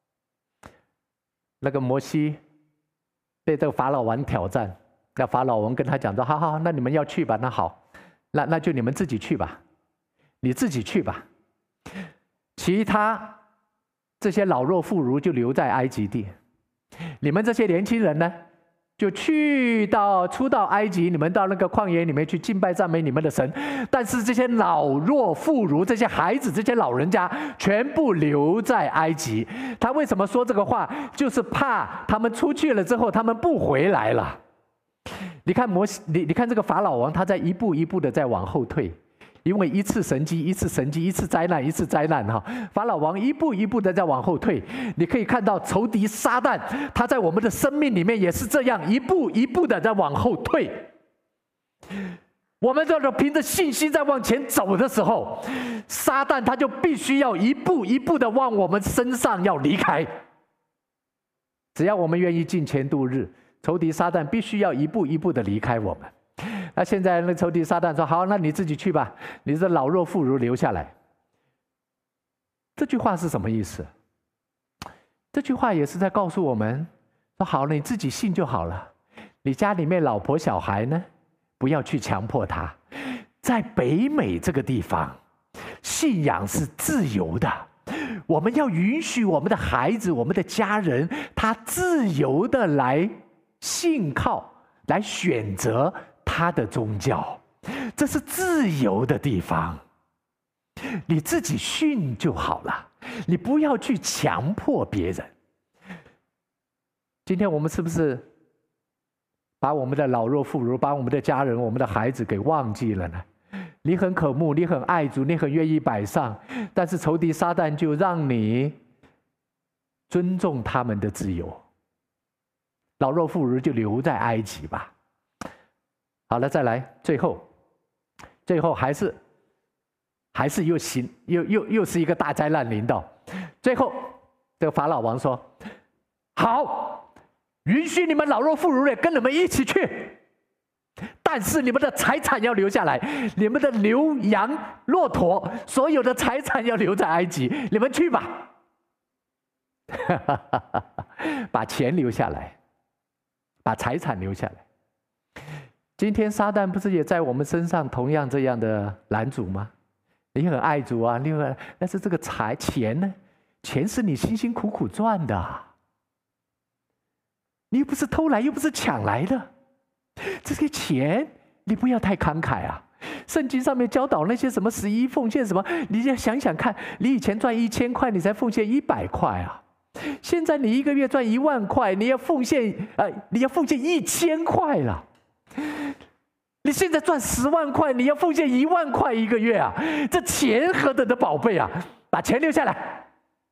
那个摩西被这个法老王挑战，那法老王跟他讲说：“好好，那你们要去吧，那好，那就你们自己去吧，你自己去吧。其他这些老弱妇孺就留在埃及地，你们这些年轻人呢？”就出到埃及，你们到那个旷野里面去敬拜赞美你们的神，但是这些老弱妇孺、这些孩子、这些老人家，全部留在埃及。他为什么说这个话？就是怕他们出去了之后，他们不回来了。你看你看这个法老王，他在一步一步的在往后退。因为一次神迹，一次神迹，一次灾难，一次灾难哈，法老王一步一步的在往后退。你可以看到仇敌撒旦，他在我们的生命里面也是这样一步一步的在往后退。我们要凭着信心在往前走的时候，撒旦他就必须要一步一步的往我们身上要离开。只要我们愿意进前度日，仇敌撒旦必须要一步一步的离开我们。那现在那仇敌撒旦说：“好，那你自己去吧，你这老弱妇孺留下来。”这句话是什么意思？这句话也是在告诉我们说：“好了，你自己信就好了，你家里面老婆小孩呢，不要去强迫他。在北美这个地方，信仰是自由的，我们要允许我们的孩子、我们的家人，他自由的来信靠，来选择他的宗教，这是自由的地方。你自己信就好了，你不要去强迫别人。”今天我们是不是把我们的老弱妇孺、把我们的家人、我们的孩子给忘记了呢？你很渴慕，你很爱主，你很愿意摆上，但是仇敌撒旦就让你尊重他们的自由。老弱妇孺就留在埃及吧。好了，再来，最后还是又是一个大灾难临到。最后，这个法老王说：“好，允许你们老弱妇孺也跟你们一起去，但是你们的财产要留下来，你们的牛羊骆驼所有的财产要留在埃及，你们去吧。”把钱留下来，把财产留下来。今天撒旦不是也在我们身上同样这样的拦阻吗？你很爱主啊，但是这个钱呢？钱是你辛辛苦苦赚的，你又不是偷来，又不是抢来的，这些钱你不要太慷慨啊。圣经上面教导那些什么11奉献什么，你要想想看，你以前赚1000块，你才奉献100块啊。现在你一个月赚1万块，你要奉献1000块了。你现在赚10万块，你要奉献1万块一个月啊！这钱何等的宝贝啊！把钱留下来。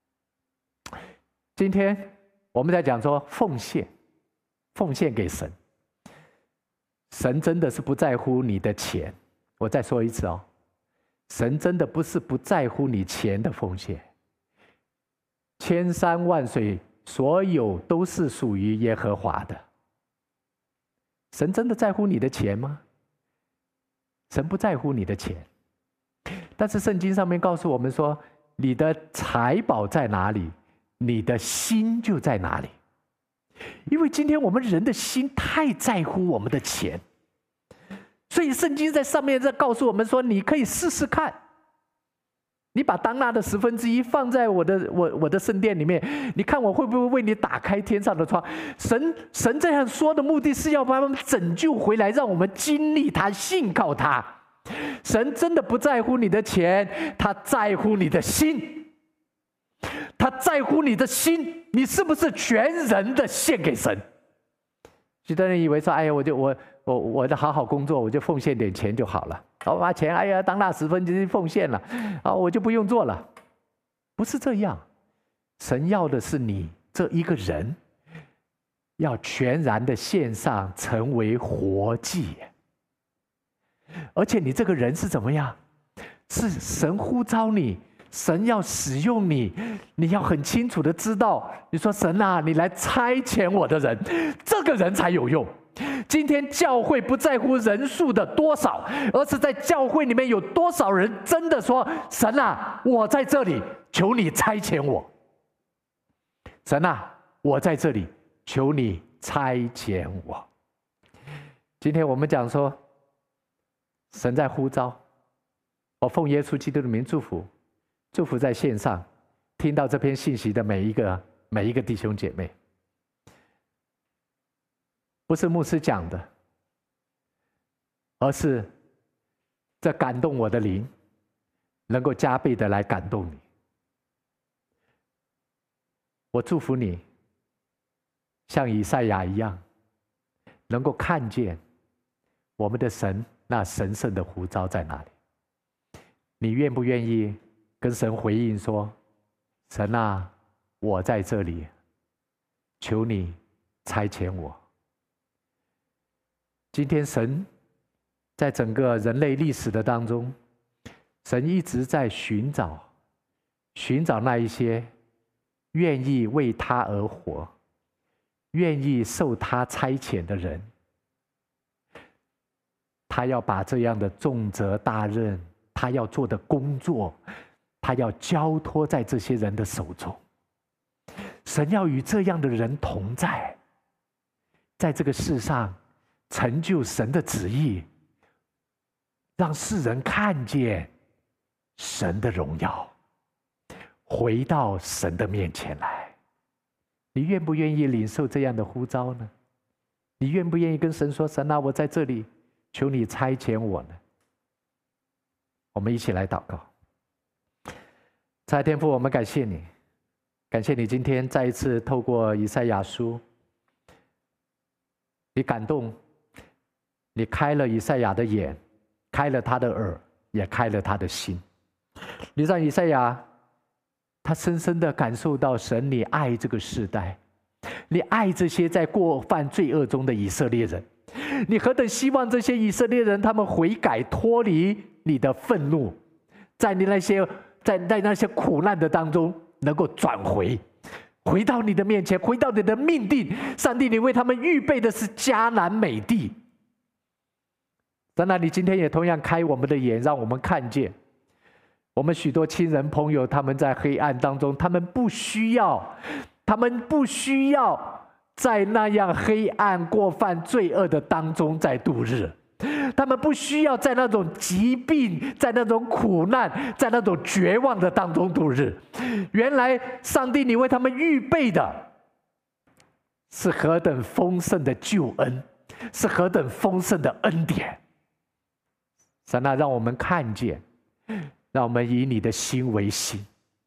今天我们在讲说奉献给神。神真的是不在乎你的钱，我再说一次哦，神真的不是不在乎你钱的奉献。千山万水，所有都是属于耶和华的。神真的在乎你的钱吗？神不在乎你的钱，但是圣经上面告诉我们说，你的财宝在哪里，你的心就在哪里。因为今天我们人的心太在乎我们的钱，所以圣经在上面在告诉我们说，你可以试试看，你把当纳的1/10放在我的圣殿里面，你看我会不会为你打开天上的窗。神这样说的目的是要把我们拯救回来，让我们经历他，信靠他。神真的不在乎你的钱，他在乎你的心。他在乎你的心，你是不是全人的献给神？许多人以为说，哎呀，我的好好工作，我就奉献点钱就好了。我把钱，哎呀，当纳10%奉献了，我就不用做了。不是这样，神要的是你这一个人， 要全然的献上，成为活祭。而且你这个人是怎么样？是神呼召你，神要使用你，你要很清楚的知道，你说神啊，你来差遣我的人，这个人才有用。今天教会不在乎人数的多少，而是在教会里面有多少人真的说，神啊，我在这里，求你差遣我。神啊，我在这里，求你差遣我。今天我们讲说，神在呼召，我奉耶稣基督的名祝福，祝福在线上听到这篇信息的每一个弟兄姐妹。不是牧师讲的，而是这感动我的灵，能够加倍的来感动你。我祝福你，像以赛亚一样，能够看见我们的神那神圣的呼召在哪里。你愿不愿意跟神回应说，神啊，我在这里，求你差遣我。今天神在整个人类历史的当中，神一直在寻找那一些愿意为他而活，愿意受他差遣的人。他要把这样的重责大任，他要做的工作，他要交托在这些人的手中。神要与这样的人同在，在这个世上成就神的旨意，让世人看见神的荣耀，回到神的面前来。你愿不愿意领受这样的呼召呢？你愿不愿意跟神说，神啊，我在这里，求你差遣我呢？我们一起来祷告。亲爱的天父，我们感谢你，感谢你今天再一次透过以赛亚书，你感动，你开了以赛亚的眼，开了他的耳，也开了他的心。你让以赛亚他深深的感受到，神你爱这个世代，你爱这些在过犯罪恶中的以色列人，你何等希望这些以色列人他们悔改，脱离你的愤怒，在那些苦难的当中能够转回到你的面前，回到你的命定。上帝，你为他们预备的是迦南美地。当然，你今天也同样开我们的眼，让我们看见我们许多亲人朋友，他们在黑暗当中，他们不需要在那样黑暗过犯罪恶的当中在度日，他们不需要在那种疾病，在那种苦难，在那种绝望的当中度日。原来上帝你为他们预备的是何等丰盛的救恩，是何等丰盛的恩典。神啊，让我们看见，让我们以你的心为心，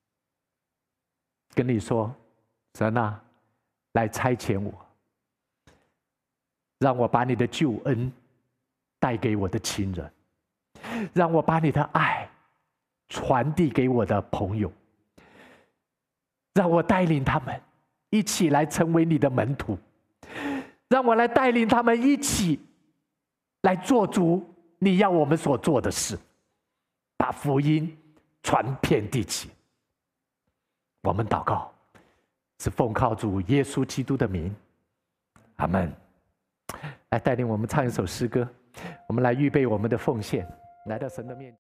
跟你说，神啊，来差遣我，让我把你的救恩带给我的亲人，让我把你的爱传递给我的朋友，让我带领他们一起来成为你的门徒，让我来带领他们一起来做主你要我们所做的事，把福音传遍地极。我们祷告是奉靠主耶稣基督的名，阿们。来带领我们唱一首诗歌，我们来预备我们的奉献，来到神的面前。